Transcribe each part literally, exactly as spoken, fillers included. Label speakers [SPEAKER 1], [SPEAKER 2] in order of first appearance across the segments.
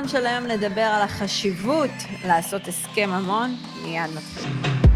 [SPEAKER 1] בסלון של היום נדבר על החשיבות לעשות הסכם ממון, מיד נתחיל.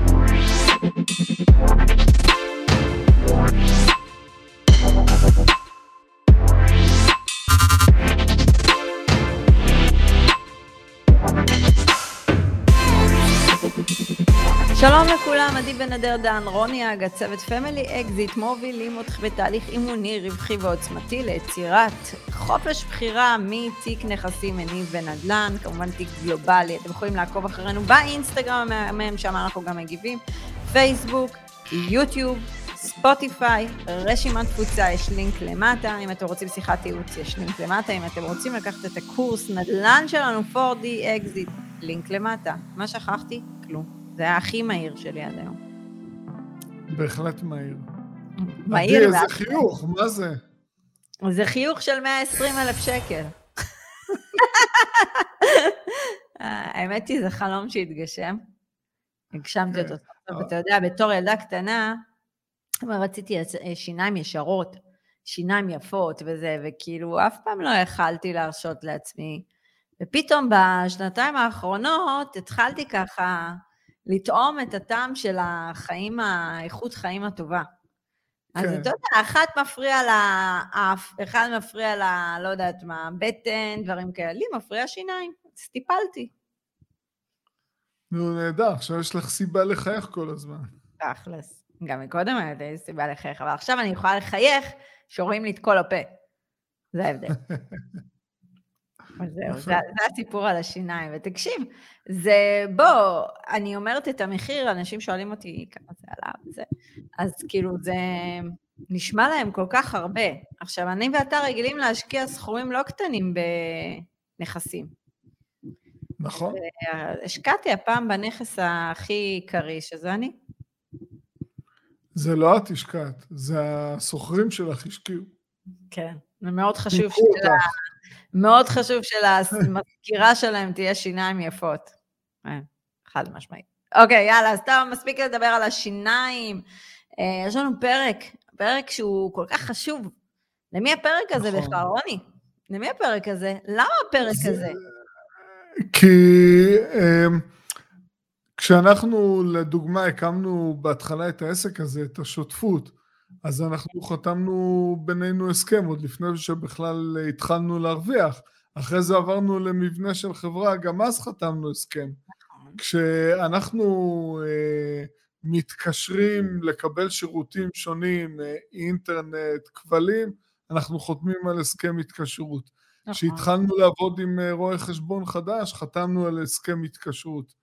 [SPEAKER 1] שלום לכולם, עדי בן אדר דן, רוני אגה, צוות פמילי אקזיט, מובילים אותך בתהליך אימוני, רווחי ועוצמתי ליצירת חופש בחירה מתיק נכסים מניב ונדל"ן, כמובן תיק גלובלי. אתם יכולים לעקוב אחרינו באינסטגרם המהם, שם אנחנו גם מגיבים, פייסבוק, יוטיוב, ספוטיפיי, רשימת תפוצה, יש לינק למטה, אם אתם רוצים שיחת ייעוץ יש לינק למטה, אם אתם רוצים לקחת את הקורס נדל"ן שלנו פור די אקזיט, לינק למטה. מה שכחתי? כלום. זה היה הכי מהיר שלי עד היום.
[SPEAKER 2] בהחלט מהיר.
[SPEAKER 1] מהיר.
[SPEAKER 2] עדי, איזה חיוך, מה זה?
[SPEAKER 1] זה חיוך של מאה ועשרים אלף שקל. האמת היא, זה חלום שהתגשם. הגשמתי אותו. ואתה יודע, בתור ילדה קטנה, רציתי שיניים ישרות, שיניים יפות וזה, וכאילו אף פעם לא יכלתי להרשות לעצמי. ופתאום בשנתיים האחרונות התחלתי ככה לטעום את הטעם של החיים, האיכות חיים הטובה. אז אתה יודע, אחת מפריע לאף, אחד מפריע לה, לא יודעת מה, בטן, דברים כאלה, לי מפריע שיניים, אז טיפלתי.
[SPEAKER 2] נו, נהדר, עכשיו יש לך סיבה לחייך כל הזמן.
[SPEAKER 1] תכלס, גם מקודם הייתה סיבה לחייך, אבל עכשיו אני יכולה לחייך שרואים לי את כל הפה. זה ההבדל. זהו, זה, זה הסיפור על השיניים, ותקשיב, זה, בוא, אני אומרת את המחיר, אנשים שואלים אותי כמה זה עליו, זה, אז כאילו זה נשמע להם כל כך הרבה. עכשיו, אני ואתה רגילים להשקיע סכומים לא קטנים בנכסים.
[SPEAKER 2] נכון.
[SPEAKER 1] השקעתי הפעם בנכס הכי קרי, שזה אני. זה
[SPEAKER 2] לא את השקעת, זה הסוחרים שלך השקיעו.
[SPEAKER 1] כן, זה מאוד חשוב שלה. מאוד חשוב שלמזכירה שלהם תהיה שיניים יפות. חד משמעית. אוקיי, יאללה, אז אתה מספיק לדבר על השיניים. יש לנו פרק, פרק שהוא כל כך חשוב. למי הפרק הזה בכלל, רוני? למי הפרק הזה? למה הפרק הזה?
[SPEAKER 2] כי כשאנחנו, לדוגמה, הקמנו בהתחלה את העסק הזה, את השותפות, אז אנחנו חתמנו בינינו הסכם, עוד לפני שבכלל התחלנו להרוויח. אחרי זה עברנו למבנה של חברה, גם אז חתמנו הסכם. כשאנחנו אה, מתקשרים לקבל שירותים שונים, אה, אינטרנט, כבלים, אנחנו חותמים על הסכם התקשרות. כשהתחלנו לעבוד עם אה, רואה חשבון חדש, חתמנו על הסכם התקשרות.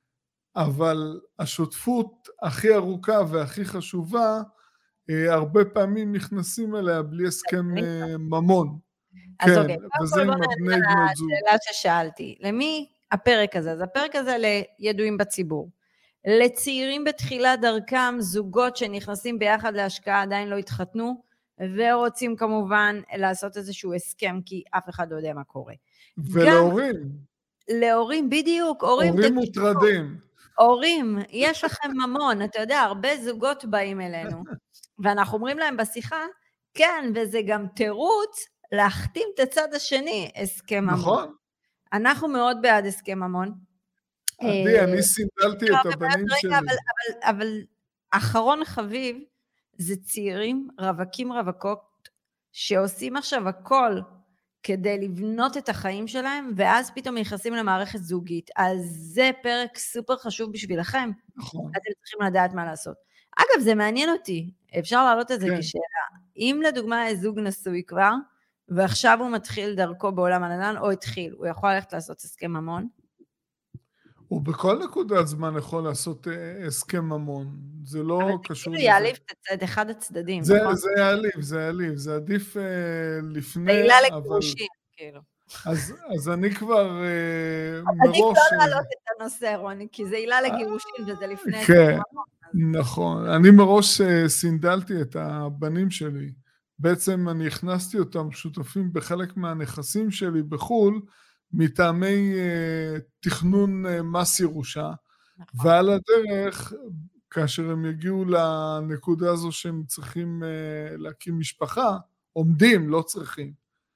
[SPEAKER 2] אבל השותפות הכי ארוכה והכי חשובה, הרבה פעמים נכנסים אליה בלי הסכם ממון.
[SPEAKER 1] אז אוקיי, בוא נענה על השאלה ששאלתי. למי הפרק הזה? אז הפרק הזה לידועים בציבור. לצעירים בתחילת דרכם, זוגות שנכנסים ביחד להשקעה עדיין לא התחתנו, ורוצים כמובן לעשות איזשהו הסכם, כי אף אחד לא יודע מה קורה.
[SPEAKER 2] ולהורים.
[SPEAKER 1] להורים, בדיוק.
[SPEAKER 2] הורים מוטרדים.
[SPEAKER 1] הורים, יש לכם ממון, אתה יודע, הרבה זוגות באים אלינו, ואנחנו אומרים להם בשיחה, כן, וזה גם תירוץ להחתים את הצד השני הסכם ממון.
[SPEAKER 2] נכון.
[SPEAKER 1] אנחנו מאוד בעד הסכם ממון.
[SPEAKER 2] עדי, אני סינדלתי את הבנים שלי.
[SPEAKER 1] אבל אחרון חביב, זה צעירים, רווקים רווקות, שעושים עכשיו הכל, כדי לבנות את החיים שלהם, ואז פתאום נכנסים למערכת זוגית. אז זה פרק סופר חשוב בשבילכם.
[SPEAKER 2] נכון.
[SPEAKER 1] אתם צריכים לדעת מה לעשות. אגב, זה מעניין אותי. אפשר להעלות את זה כן. כשאלה. אם לדוגמה זוג נשוי כבר, ועכשיו הוא מתחיל דרכו בעולם הנדל"ן, או התחיל, הוא יכול ללכת לעשות הסכם ממון?
[SPEAKER 2] הוא בכל נקודת זמן יכול לעשות הסכם ממון. זה לא קשור
[SPEAKER 1] לזה. אבל זה יעליב את אחד הצדדים.
[SPEAKER 2] זה, נכון? זה יעליב, זה יעליב. זה עדיף אה, לפני...
[SPEAKER 1] זה עילה לגירושים, כאילו.
[SPEAKER 2] אז, אז אני כבר אה,
[SPEAKER 1] מראש... עדיף לא להעלות את הנושא, רוני, כי זה עילה לגירושים, וזה לפני...
[SPEAKER 2] כן, נכון. אני מראש סינדלתי את הבנים שלי. בעצם אני הכנסתי אותם שותפים בחלק מהנכסים שלי בחול, מטעמי uh, תכנון uh, מס ירושה, נכון. ועל הדרך, כאשר הם יגיעו לנקודה הזו שהם צריכים uh, להקים משפחה, עומדים, לא צריכים.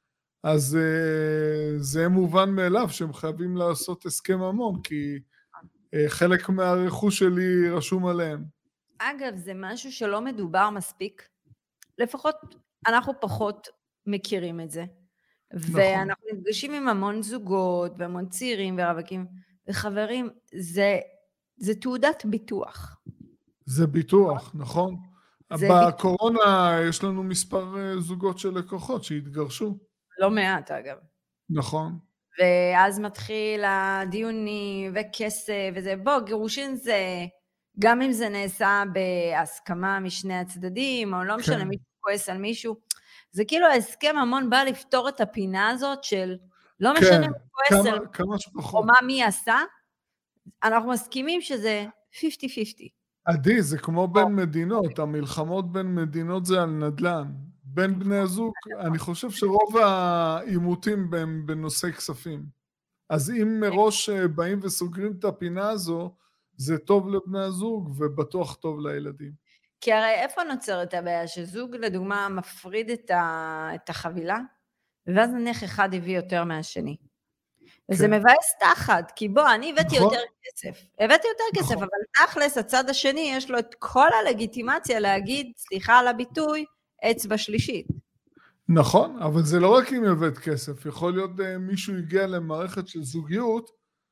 [SPEAKER 2] אז uh, זה מובן מאליו שהם חייבים לעשות הסכם ממון, כי uh, חלק מהרכוש שלי רשום עליהם.
[SPEAKER 1] אגב, זה משהו שלא מדובר מספיק. לפחות אנחנו פחות מכירים את זה.
[SPEAKER 2] נכון.
[SPEAKER 1] ואנחנו נפגשים עם המון זוגות והמון צעירים ורווקים. וחברים, זה, זה תעודת ביטוח.
[SPEAKER 2] זה ביטוח, נכון?
[SPEAKER 1] זה
[SPEAKER 2] בקורונה ביטוח. יש לנו מספר זוגות של לקוחות שהתגרשו.
[SPEAKER 1] לא מעט, אגב.
[SPEAKER 2] נכון.
[SPEAKER 1] ואז מתחיל הדיונים וכסף וזה. בוא, גירושין זה, גם אם זה נעשה בהסכמה משני הצדדים, או לא כן. משנה, מישהו כועס על מישהו, זה כאילו ההסכם המון בא לפתור את הפינה הזאת של, לא כן. משנה מי כועס על
[SPEAKER 2] כמה שפחות.
[SPEAKER 1] או מה מי עשה, אנחנו מסכימים שזה חמישים חמישים.
[SPEAKER 2] עדי, זה כמו בין מדינות, המלחמות בין מדינות זה על נדל"ן. בין בני הזוג, אני חושב שרוב העימותים הם בנושאי כספים. אז אם מראש באים וסוגרים את הפינה הזו, זה טוב לבני הזוג ובטוח טוב לילדים.
[SPEAKER 1] כי הרי איפה נוצרת הבעיה? שזוג לדוגמה מפריד את, ה... את החבילה, ואז נניח אחד הביא יותר מהשני. וזה מבאס תחת, כי בוא, אני הבאתי יותר כסף. הבאתי יותר כסף, אבל תכלס, הצד השני יש לו את כל הלגיטימציה להגיד, סליחה על הביטוי, אצבע שלישית.
[SPEAKER 2] נכון, אבל זה לא רק אם הבאת כסף, יכול להיות מישהו הגיע למערכת של זוגיות,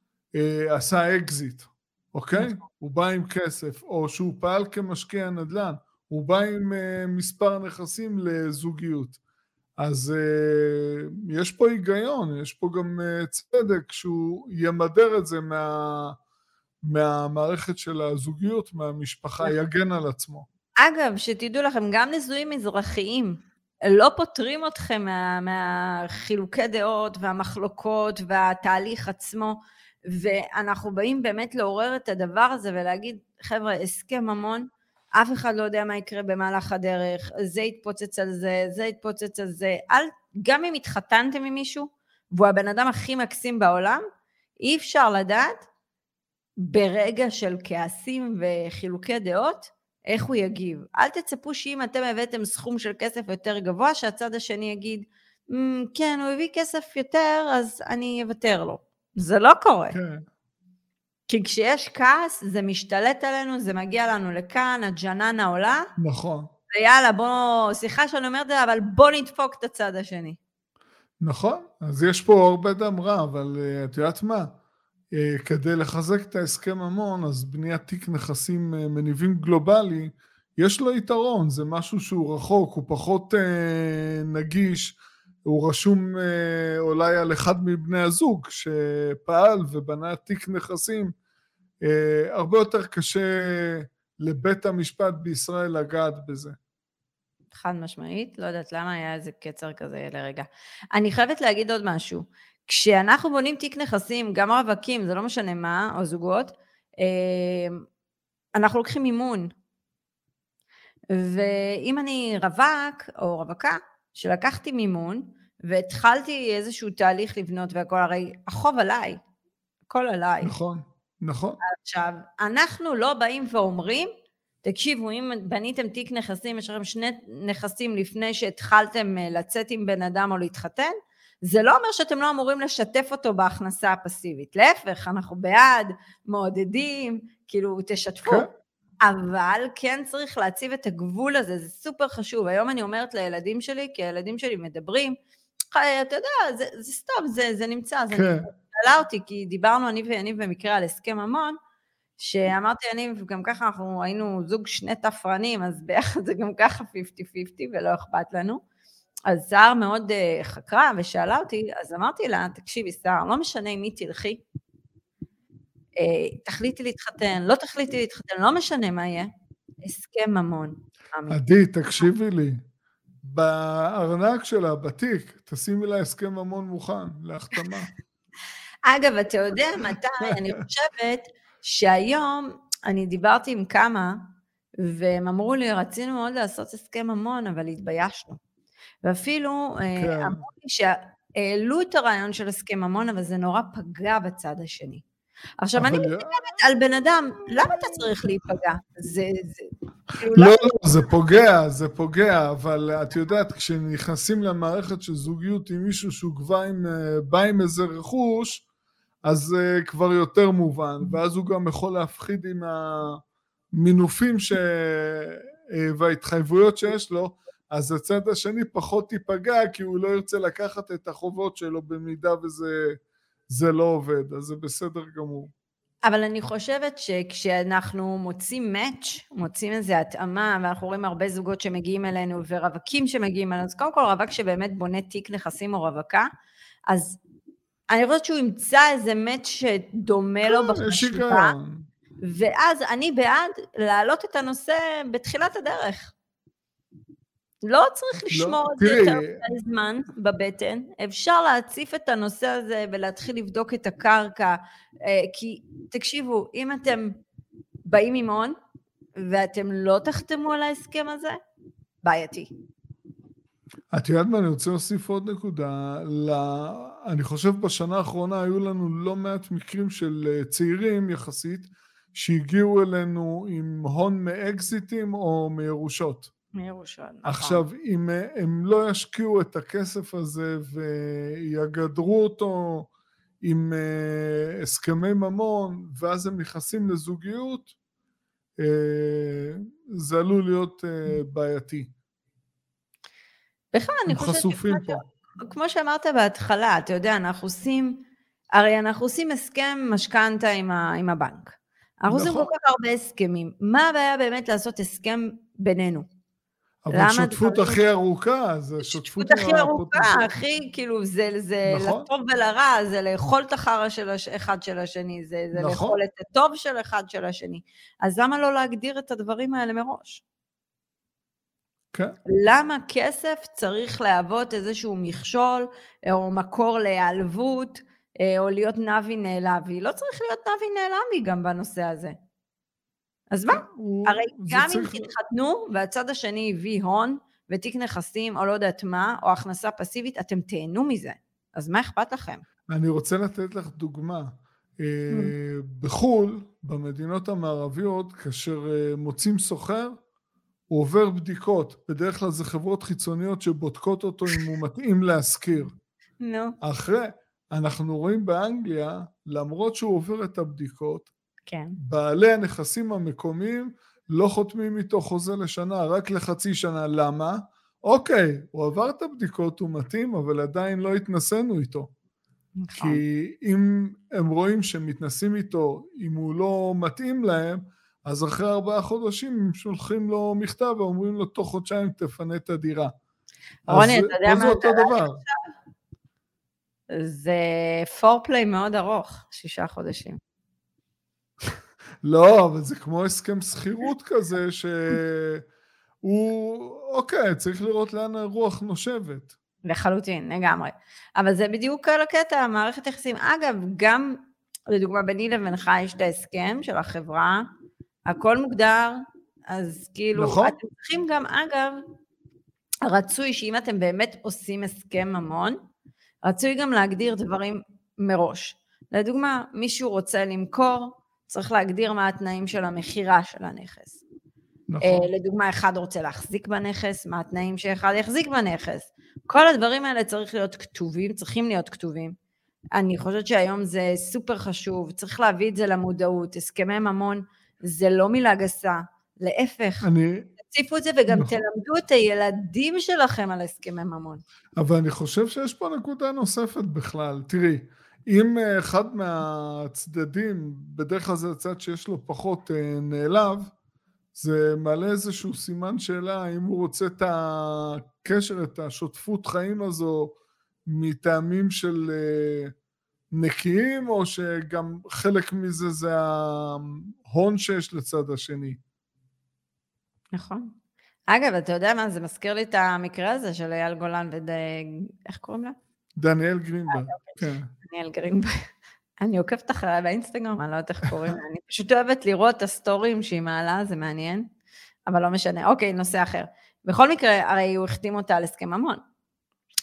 [SPEAKER 2] עשה אקזיט, אוקיי? הוא בא עם כסף, או שהוא פעל כמשקיע נדל"ן, הוא בא עם מספר נכסים לזוגיות. אז uh, יש פה היגיון, יש פה גם uh, צדק שהוא ימדר את זה מה, מהמערכת של הזוגיות, מהמשפחה, יגן על עצמו.
[SPEAKER 1] אגב, שתדעו לכם, גם נישואים אזרחיים, לא פותרים אתכם מה, מהחילוקי דעות והמחלוקות והתהליך עצמו, ואנחנו באים באמת לעורר את הדבר הזה ולהגיד, חבר'ה, הסכם ממון, אף אחד לא יודע מה יקרה במהלך הדרך, זה יתפוצץ על זה, זה יתפוצץ על זה, אל, גם אם התחתנתם עם מישהו, והוא הבן אדם הכי מקסים בעולם, אי אפשר לדעת, ברגע של כעסים וחילוקי דעות, איך הוא יגיב. אל תצפו שאם אתם הבאתם סכום של כסף יותר גבוה, שהצד השני יגיד, כן, הוא הביא כסף יותר, אז אני אוותר לו. זה לא קורה. כן. כי כשיש כעס, זה משתלט עלינו, זה מגיע לנו לכאן, הג'ננה עולה.
[SPEAKER 2] נכון.
[SPEAKER 1] ויאללה, בוא, סליחה שאני אומרת את זה, אבל בוא נדפוק את הצד השני.
[SPEAKER 2] נכון, אז יש פה הרבה דם רע, אבל uh, את יודעת מה? Uh, כדי לחזק את ההסכם המון, אז בניית תיק נכסים uh, מניבים גלובלי, יש לו יתרון, זה משהו שהוא רחוק, הוא פחות uh, נגיש, הוא רשום אה, אולי על אחד מבני הזוג שפעל ובנה תיק נכסים, אה, הרבה יותר קשה לבית המשפט בישראל לגעת בזה.
[SPEAKER 1] חד משמעית, לא יודעת למה היה איזה קצר כזה לרגע. אני חייבת להגיד עוד משהו, כשאנחנו בונים תיק נכסים, גם רווקים, זה לא משנה מה, או זוגות, אה, אנחנו לוקחים מימון, ואם אני רווק או רווקה, שלקחתי מימון, והתחלתי איזשהו תהליך לבנות והכל, הרי החוב עליי, הכל עליי.
[SPEAKER 2] נכון, נכון.
[SPEAKER 1] עכשיו, אנחנו לא באים ואומרים, תקשיבו, אם בניתם תיק נכסים, יש לכם שני נכסים לפני שהתחלתם לצאת עם בן אדם או להתחתן, זה לא אומר שאתם לא אמורים לשתף אותו בהכנסה הפסיבית. להפך, אנחנו בעד, מעודדים, כאילו תשתפו. כן. אבל כן צריך להציב את הגבול הזה, זה סופר חשוב. היום אני אומרת לילדים שלי, כי הילדים שלי מדברים, אתה יודע, זה, זה סתם, זה, זה נמצא, זה כן. נמצא אותי, כי דיברנו אני ויניב במקרה על הסכם המון, שאמרתי יניב, גם ככה אנחנו היינו זוג שני תפרנים, אז ביחד זה גם ככה חמישים חמישים ולא אכפת לנו. אז סער מאוד uh, חקרה ושאלה אותי, אז אמרתי לה, תקשיבי סער, לא משנה אם מי תלכי, תחליטי להתחתן, לא תחליטי להתחתן, לא משנה מה יהיה, הסכם ממון.
[SPEAKER 2] עדי, תקשיבי לי, בארנק שלה, בתיק, תשימי לה הסכם ממון מוכן, להחתמה.
[SPEAKER 1] אגב, אתה יודע מתי, אני חושבת שהיום, אני דיברתי עם כמה, והם אמרו לי, רצינו מאוד לעשות הסכם ממון, אבל התביישנו. ואפילו אמרו לי שהעלו את הרעיון של הסכם ממון, אבל זה נורא פגע בצד השני. עכשיו, אני
[SPEAKER 2] אבל...
[SPEAKER 1] מתכוונת על בן אדם, למה אתה צריך להיפגע? זה, זה, כאילו,
[SPEAKER 2] לא,
[SPEAKER 1] למה-
[SPEAKER 2] לא, זה פוגע, זה פוגע, אבל את יודעת, כשנכנסים למערכת של זוגיות עם מישהו שהוא כבר עם, אה, בא עם איזה רכוש, אז אה, כבר יותר מובן, ואז הוא גם יכול להפחיד עם המינופים ש... אה, וההתחייבויות שיש לו, אז הצד השני פחות ייפגע, כי הוא לא ירצה לקחת את החובות שלו במידה וזה זה לא עובד, אז זה בסדר גמור.
[SPEAKER 1] אבל אני חושבת שכשאנחנו מוצאים מאץ', מוצאים איזו התאמה, ואנחנו רואים הרבה זוגות שמגיעים אלינו, ורווקים שמגיעים אלינו, אז קודם כל רווק שבאמת בונה תיק נכסים או רווקה, אז אני חושבת שהוא ימצא איזה מאץ' שדומה לו
[SPEAKER 2] כן, יש
[SPEAKER 1] בחשיבה,
[SPEAKER 2] היגיון.
[SPEAKER 1] ואז אני בעד להעלות את הנושא בתחילת הדרך. לא צריך לשמור את זה
[SPEAKER 2] תראי.
[SPEAKER 1] יותר מדי זמן בבטן, אפשר להציף את הנושא הזה ולהתחיל לבדוק את הקרקע, כי תקשיבו, אם אתם באים עם הון ואתם לא תחתמו על ההסכם הזה, בעייתי.
[SPEAKER 2] את יודעת מה, אני רוצה להוסיף עוד נקודה, לה... אני חושב בשנה האחרונה היו לנו לא מעט מקרים של צעירים יחסית, שהגיעו אלינו עם הון מאקזיטים או מירושות.
[SPEAKER 1] מירושות, נכון.
[SPEAKER 2] עכשיו, אם הם לא ישקיעו את הכסף הזה ויגדרו אותו עם הסכמי ממון, ואז הם נכנסים לזוגיות, זה עלול להיות בעייתי.
[SPEAKER 1] בכלל, אני חושבת שכמו שאמרת בהתחלה, אתה יודע, אנחנו עושים, הרי אנחנו עושים הסכם משכנתא עם, עם הבנק. אנחנו עושים כל כך הרבה הסכמים. מה הבעיה באמת לעשות הסכם בינינו?
[SPEAKER 2] אבל שותפות הכי ארוכה, זה
[SPEAKER 1] שותפות הכי ארוכה, הכי, כאילו, זה לטוב ולרע, זה לאכול את החרא של אחד של השני, זה לאכול את הטוב של אחד של השני. אז למה לא להגדיר את הדברים האלה מראש?
[SPEAKER 2] כן.
[SPEAKER 1] למה כסף צריך להוות איזשהו מכשול, או מקור להיעלבות, או להיות נבי נעלבי? לא צריך להיות נבי נעלבי גם בנושא הזה. אז מה? הרי גם אם תתחתנו, והצד השני הביא הון, ותיק נכסים, או לא יודעת מה, או הכנסה פסיבית, אתם תהנו מזה. אז מה אכפת לכם?
[SPEAKER 2] אני רוצה לתת לך דוגמה. בחול, במדינות המערביות, כאשר מוצאים סוחר, הוא עובר בדיקות. בדרך כלל זה חברות חיצוניות שבודקות אותו אם הוא מתאים להשכיר.
[SPEAKER 1] נו.
[SPEAKER 2] אחרי, אנחנו רואים באנגליה, למרות שהוא עובר את הבדיקות,
[SPEAKER 1] כן.
[SPEAKER 2] בעלי הנכסים המקומיים לא חותמים איתו חוזה לשנה, רק לחצי שנה. למה? אוקיי, הוא עבר את הבדיקות, הוא מתאים, אבל עדיין לא התנסינו איתו.
[SPEAKER 1] נכון.
[SPEAKER 2] כי אם הם רואים שמתנסים איתו, אם הוא לא מתאים להם, אז אחרי ארבעה חודשים הם שולחים לו מכתב ואומרים לו תוך חודשיים תפנה את הדירה.
[SPEAKER 1] רוני, אתה יודע מה
[SPEAKER 2] זה אותו דבר.
[SPEAKER 1] זה פורפליי מאוד ארוך, שישה חודשים.
[SPEAKER 2] לא, אבל זה כמו הסכם שכירות כזה, שהוא, אוקיי, צריך לראות לאן הרוח נושבת.
[SPEAKER 1] לחלוטין, לגמרי. אבל זה בדיוק כל הקטע, מערכת יחסים. אגב, גם, לדוגמה, ביני לבינך יש את ההסכם של החברה, הכל מוגדר, אז כאילו,
[SPEAKER 2] נכון.
[SPEAKER 1] אתם צריכים גם, אגב, רצוי שאם אתם באמת עושים הסכם ממון, רצוי גם להגדיר דברים מראש. לדוגמה, מישהו רוצה למכור, צריך להגדיר מה התנאים של המחירה של הנכס.
[SPEAKER 2] נכון.
[SPEAKER 1] לדוגמה, אחד רוצה להחזיק בנכס, מה התנאים שאחד יחזיק בנכס. כל הדברים האלה צריך להיות כתובים, צריכים להיות כתובים. אני חושבת שהיום זה סופר חשוב, צריך להביא את זה למודעות, הסכמי ממון זה לא מילה גסה, להפך.
[SPEAKER 2] אני...
[SPEAKER 1] תציפו את זה וגם נכון. תלמדו את הילדים שלכם על הסכמי ממון.
[SPEAKER 2] אבל אני חושב שיש פה נקודה נוספת בכלל. תראי, אם אחד מהצדדים, בדרך כלל זה הצד שיש לו פחות נעלב, זה מעלה איזשהו סימן שאלה, אם הוא רוצה את הקשר, את השותפות חיים הזו, מטעמים של נקיים, או שגם חלק מזה זה ההון שיש לצד השני.
[SPEAKER 1] נכון. אגב, אתה יודע מה, זה מזכיר לי את המקרה הזה של אייל גולן וד... איך קוראים לה?
[SPEAKER 2] דניאל גרינברג, כן.
[SPEAKER 1] דניאל גרינברג. אני עוקבת אחריה באינסטגרם, אני לא יודעת איך קוראים לה. אני פשוט אוהבת לראות את הסטורים שהיא מעלה, זה מעניין, אבל לא משנה. אוקיי, נושא אחר. בכל מקרה, הרי הוא החתים אותה על הסכם ממון.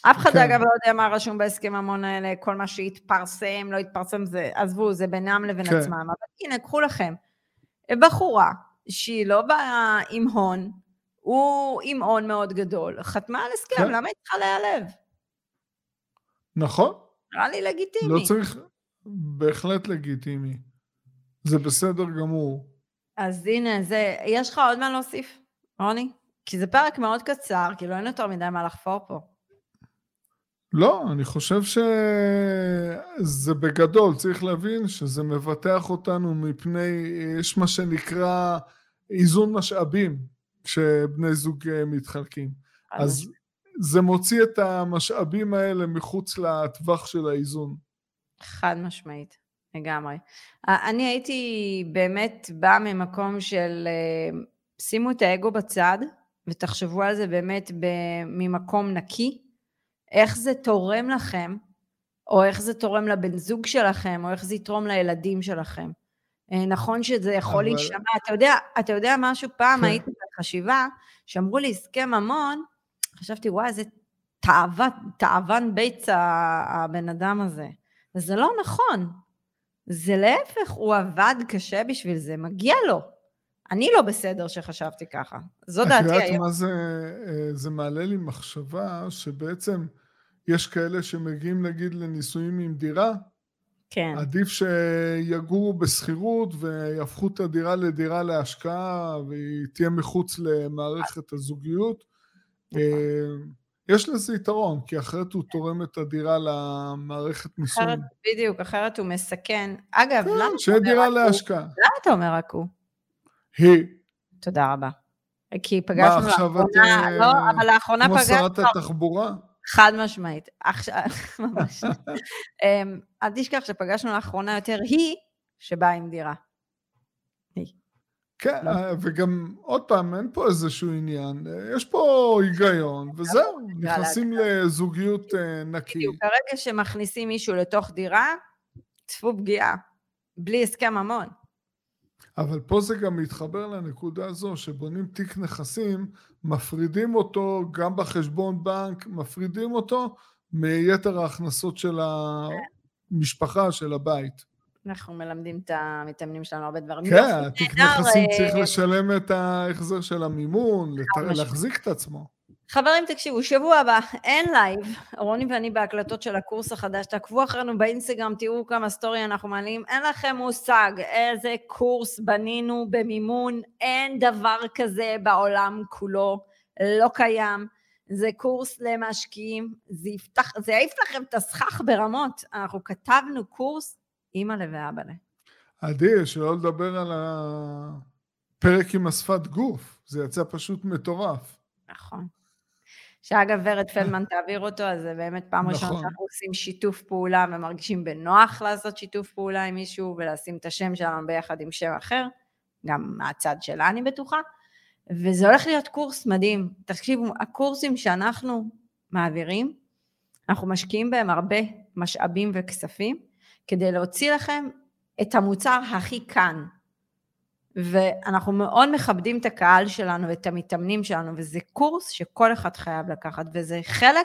[SPEAKER 1] אף אחד
[SPEAKER 2] כן.
[SPEAKER 1] אגב לא יודע מה רשום בהסכם ממון האלה, כל מה שהתפרסם, לא התפרסם, זה, עזבו, זה בינם לבין
[SPEAKER 2] כן.
[SPEAKER 1] עצמם, אבל הנה, קחו לכם, בחורה שהיא לא באה עם הון, הוא עם הון מאוד גדול, חתמה על הסכם,
[SPEAKER 2] כן.
[SPEAKER 1] למה היא צריכה להיעלב?
[SPEAKER 2] נכון.
[SPEAKER 1] נראה לי לגיטימי.
[SPEAKER 2] לא צריך, בהחלט לגיטימי. זה בסדר גמור.
[SPEAKER 1] אז הנה, זה, יש לך עוד מה להוסיף, רוני? כי זה פרק מאוד קצר, כאילו אין יותר מדי מה לחפור פה.
[SPEAKER 2] לא, אני חושב שזה בגדול, צריך להבין שזה מבטח אותנו מפני, יש מה שנקרא איזון משאבים, כשבני זוג מתחלקים. אז זה מוציא את המשאבים האלה מחוץ לטווח של האיזון.
[SPEAKER 1] חד משמעית, לגמרי. אני הייתי באמת באה ממקום של שימו את האגו בצד, ותחשבו על זה באמת ממקום נקי, איך זה תורם לכם, או איך זה תורם לבן זוג שלכם, או איך זה יתרום לילדים שלכם. נכון שזה יכול אבל... להישמע, אתה יודע, אתה יודע משהו פעם, כן. הייתי בחשיבה, שאמרו לי הסכם ממון, חשבתי וואי, איזה תאוון ביץ הבן אדם הזה. וזה לא נכון, זה להפך, הוא עבד קשה בשביל זה, מגיע לו. אני לא בסדר שחשבתי ככה, זו דעתי היום. את יודעת
[SPEAKER 2] מה זה, זה מעלה לי מחשבה, שבעצם יש כאלה שמגיעים נגיד לנישואים עם דירה,
[SPEAKER 1] כן.
[SPEAKER 2] עדיף שיגורו בסחירות ויהפכו את הדירה לדירה להשקעה, והיא תהיה מחוץ למערכת הזוגיות. יש לזה יתרון, כי אחרת הוא תורם את הדירה למערכת נישואים.
[SPEAKER 1] בדיוק, אחרת הוא מסכן. אגב, למה
[SPEAKER 2] שיהיה דירה להשקעה.
[SPEAKER 1] למה אתה אומר רק הוא?
[SPEAKER 2] היא.
[SPEAKER 1] תודה רבה. כי פגשנו לאחרונה, לא, אבל לאחרונה פגשנו...
[SPEAKER 2] כמו שרת התחבורה?
[SPEAKER 1] חד משמעית. עכשיו, ממש. אל תשכח שפגשנו לאחרונה יותר היא שבאה עם דירה. היא.
[SPEAKER 2] כן, וגם עוד פעם, אין פה איזשהו עניין, יש פה היגיון, וזהו, נכנסים לזוגיות נקי.
[SPEAKER 1] בדיוק, כרגע שמכניסים מישהו לתוך דירה, צפו פגיעה, בלי הסכם ממון.
[SPEAKER 2] אבל פה זה גם מתחבר לנקודה הזו, שבונים תיק נכסים, מפרידים אותו גם בחשבון בנק, מפרידים אותו מיתר ההכנסות של המשפחה, של הבית.
[SPEAKER 1] אנחנו מלמדים את המתאמנים שלנו הרבה דברים.
[SPEAKER 2] כן, תיק נכסים צריך לשלם את ההחזר של המימון, להחזיק את עצמו.
[SPEAKER 1] חברים, תקשיבו, שבוע הבא, אין לייב, רוני ואני בהקלטות של הקורס החדש, תעקבו אחרינו באינסטגרם, תראו כמה סטורי אנחנו מעלים, אין לכם מושג איזה קורס בנינו במימון, אין דבר כזה בעולם כולו, לא קיים, זה קורס למשקיעים, זה יפתח, זה יעיף לכם את הסכך ברמות, אנחנו כתבנו קורס, אמא ואבא לה.
[SPEAKER 2] עדי, שלא לדבר על הפרק עם השפת גוף, זה יצא פשוט מטורף.
[SPEAKER 1] נכון. שאגב ורד פלדמן תעביר אותו, אז זה באמת פעם ראשונה נכון. שאנחנו עושים שיתוף פעולה, ומרגישים בנוח לעשות שיתוף פעולה עם מישהו, ולשים את השם שלנו ביחד עם שם אחר, גם מהצד שלה אני בטוחה, וזה הולך להיות קורס מדהים. תקשיבו, הקורסים שאנחנו מעבירים, אנחנו משקיעים בהם הרבה משאבים וכספים, כדי להוציא לכם את המוצר הכי כאן, ואנחנו מאוד מכבדים את הקהל שלנו ואת המתאמנים שלנו, וזה קורס שכל אחד חייב לקחת, וזה חלק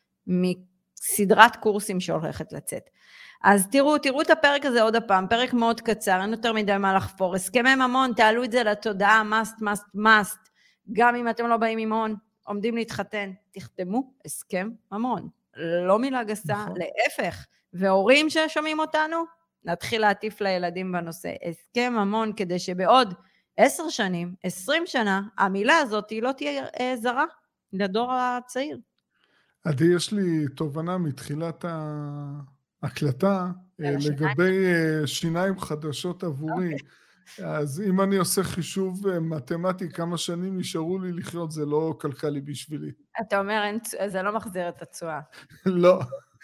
[SPEAKER 1] מסדרת קורסים שהולכת לצאת. אז תראו, תראו את הפרק הזה עוד הפעם, פרק מאוד קצר, אין יותר מדי מה לחפור, הסכמי ממון, תעלו את זה לתודעה, must, must, must, גם אם אתם לא באים עם הון, עומדים להתחתן, תחתמו הסכם ממון, לא מילה גסה, נכון. להפך, והורים ששומעים אותנו, נתחיל להטיף לילדים בנושא, הסכם ממון, כדי שבעוד עשר שנים, עשרים שנה, המילה הזאת היא לא תהיה אה, זרה לדור הצעיר.
[SPEAKER 2] עדי, יש לי תובנה מתחילת ההקלטה, לגבי שיניים חדשות עבורי, אז אם אני עושה חישוב מתמטי, כמה שנים נשארו לי לחיות, זה לא כלכלי בשבילי.
[SPEAKER 1] אתה אומר, זה לא מחזיר את הצועה.
[SPEAKER 2] לא.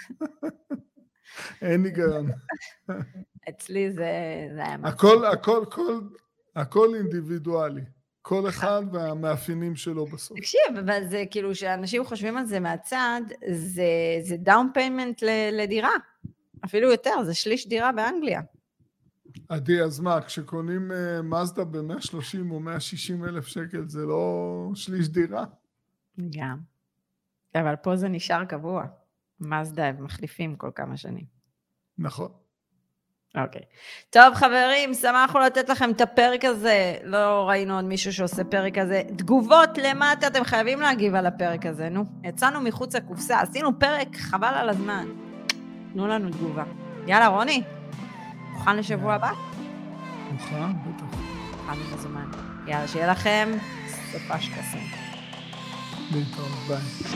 [SPEAKER 2] אין היגיון.
[SPEAKER 1] אצלי זה היה מה.
[SPEAKER 2] הכל, הכל, הכל, הכל אינדיבידואלי. כל אחד והמאפיינים שלו בסוף.
[SPEAKER 1] תקשיב, אבל זה כאילו שאנשים חושבים על זה מהצד, זה, זה דאון פיימנט לדירה. אפילו יותר, זה שליש דירה באנגליה.
[SPEAKER 2] עדי, אז מה, כשקונים מזדה ב-מאה ושלושים או מאה ושישים אלף שקל, זה לא שליש דירה?
[SPEAKER 1] גם. אבל פה זה נשאר קבוע. מזדה הם מחליפים כל כמה שנים.
[SPEAKER 2] נכון.
[SPEAKER 1] אוקיי. טוב חברים, שמחנו לתת לכם את הפרק הזה, לא ראינו עוד מישהו שעושה פרק הזה. תגובות למטה, אתם חייבים להגיב על הפרק הזה, נו. יצאנו מחוץ לקופסה, עשינו פרק חבל על הזמן. תנו לנו תגובה. יאללה רוני, מוכן לשבוע הבא?
[SPEAKER 2] מוכן, בטח.
[SPEAKER 1] מוכן לזמן. יאללה, שיהיה לכם סופה שקסים.
[SPEAKER 2] להתראות, ביי.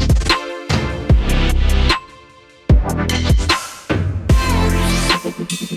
[SPEAKER 2] Thank you.